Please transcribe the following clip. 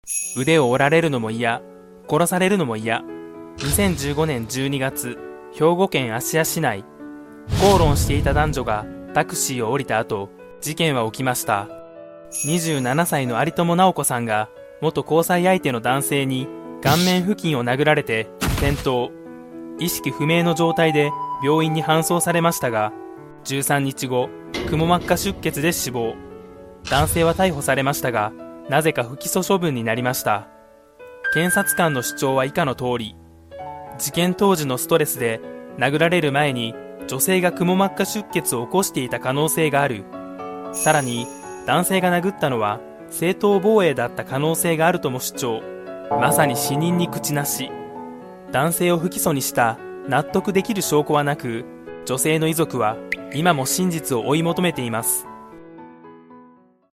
腕を折られるのも嫌、殺されるのも嫌。2015年12月、兵庫県芦屋市内、口論していた男女がタクシーを降りた後、事件は起きました。27歳の有友直子さんが元交際相手の男性に顔面付近を殴られて転倒、意識不明の状態で病院に搬送されましたが、13日後、くも膜下出血で死亡。男性は逮捕されましたが、なぜか不起訴処分になりました。検察官の主張は以下の通り、事件当時のストレスで殴られる前に女性がくも膜下出血を起こしていた可能性がある。さらに男性が殴ったのは正当防衛だった可能性があるとも主張。まさに死人に口なし。男性を不起訴にした納得できる証拠はなく、女性の遺族は今も真実を追い求めています。